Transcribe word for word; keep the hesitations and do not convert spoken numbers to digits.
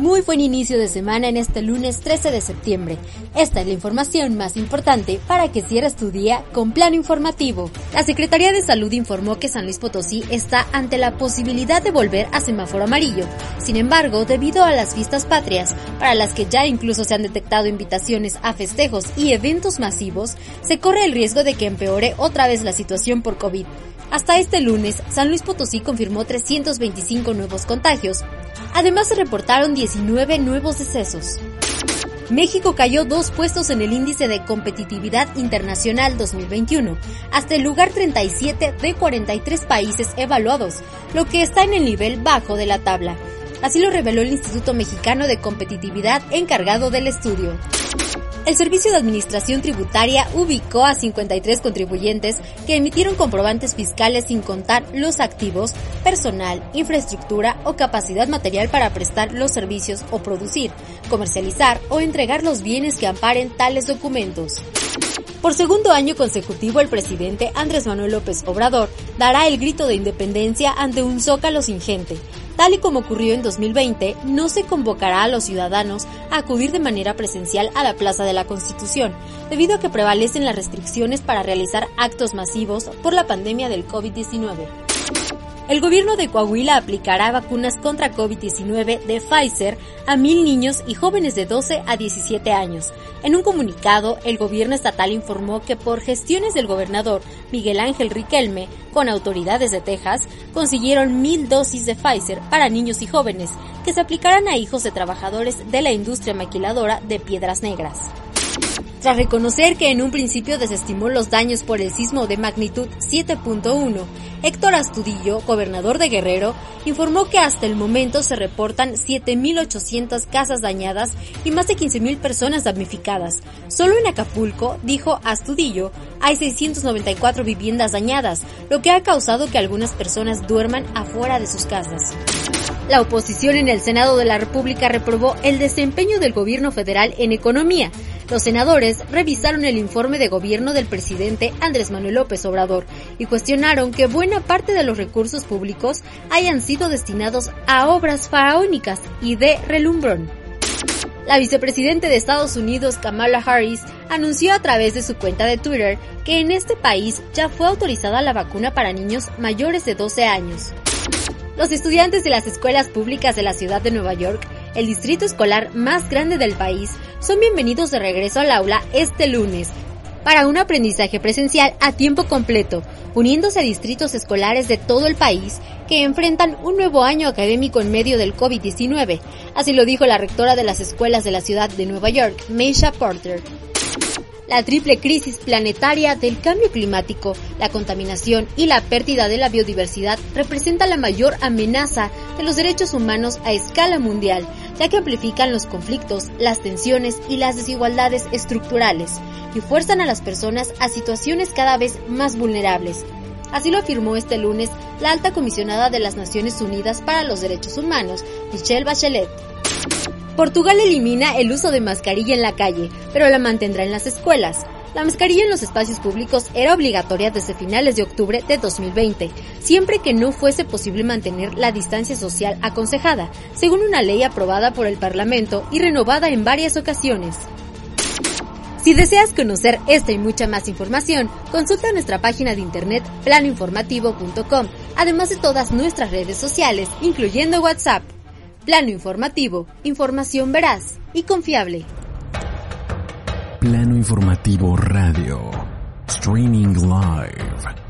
Muy buen inicio de semana en este lunes trece de septiembre. Esta es la información más importante para que cierres tu día con Plano Informativo. La Secretaría de Salud informó que San Luis Potosí está ante la posibilidad de volver a semáforo amarillo. Sin embargo, debido a las fiestas patrias, para las que ya incluso se han detectado invitaciones a festejos y eventos masivos, se corre el riesgo de que empeore otra vez la situación por COVID. Hasta este lunes, San Luis Potosí confirmó trescientos veinticinco nuevos contagios. Además, se reportaron diecinueve nuevos decesos. México cayó dos puestos en el índice de competitividad internacional dos mil veintiuno, hasta el lugar treinta y siete de cuarenta y tres países evaluados, lo que está en el nivel bajo de la tabla. Así lo reveló el Instituto Mexicano de Competitividad encargado del estudio. El Servicio de Administración Tributaria ubicó a cincuenta y tres contribuyentes que emitieron comprobantes fiscales sin contar los activos, personal, infraestructura o capacidad material para prestar los servicios o producir, comercializar o entregar los bienes que amparen tales documentos. Por segundo año consecutivo, el presidente Andrés Manuel López Obrador dará el grito de independencia ante un zócalo sin gente. Tal y como ocurrió en dos mil veinte, no se convocará a los ciudadanos a acudir de manera presencial a la Plaza de la Constitución, debido a que prevalecen las restricciones para realizar actos masivos por la pandemia del COVID diecinueve. El gobierno de Coahuila aplicará vacunas contra COVID diecinueve de Pfizer a mil niños y jóvenes de doce a diecisiete años. En un comunicado, el gobierno estatal informó que por gestiones del gobernador Miguel Ángel Riquelme, con autoridades de Texas, consiguieron mil dosis de Pfizer para niños y jóvenes, que se aplicarán a hijos de trabajadores de la industria maquiladora de Piedras Negras. Tras reconocer que en un principio desestimó los daños por el sismo de magnitud siete punto uno, Héctor Astudillo, gobernador de Guerrero, informó que hasta el momento se reportan siete mil ochocientas casas dañadas y más de quince mil personas damnificadas. Solo en Acapulco, dijo Astudillo, hay seiscientas noventa y cuatro viviendas dañadas, lo que ha causado que algunas personas duerman afuera de sus casas. La oposición en el Senado de la República reprobó el desempeño del gobierno federal en economía. Los senadores revisaron el informe de gobierno del presidente Andrés Manuel López Obrador y cuestionaron que buena parte de los recursos públicos hayan sido destinados a obras faraónicas y de relumbrón. La vicepresidenta de Estados Unidos, Kamala Harris, anunció a través de su cuenta de Twitter que en este país ya fue autorizada la vacuna para niños mayores de doce años. Los estudiantes de las escuelas públicas de la ciudad de Nueva York, el distrito escolar más grande del país, son bienvenidos de regreso al aula este lunes para un aprendizaje presencial a tiempo completo, uniéndose a distritos escolares de todo el país que enfrentan un nuevo año académico en medio del COVID diecinueve. Así lo dijo la rectora de las escuelas de la ciudad de Nueva York, Maisha Porter. La triple crisis planetaria del cambio climático, la contaminación y la pérdida de la biodiversidad representa la mayor amenaza de los derechos humanos a escala mundial, ya que amplifican los conflictos, las tensiones y las desigualdades estructurales y fuerzan a las personas a situaciones cada vez más vulnerables. Así lo afirmó este lunes la alta comisionada de las Naciones Unidas para los Derechos Humanos, Michelle Bachelet. Portugal elimina el uso de mascarilla en la calle, pero la mantendrá en las escuelas. La mascarilla en los espacios públicos era obligatoria desde finales de octubre de dos mil veinte, siempre que no fuese posible mantener la distancia social aconsejada, según una ley aprobada por el Parlamento y renovada en varias ocasiones. Si deseas conocer esta y mucha más información, consulta nuestra página de internet plano informativo punto com, además de todas nuestras redes sociales, incluyendo WhatsApp. Plano Informativo, información veraz y confiable. Plano Informativo Radio, streaming live.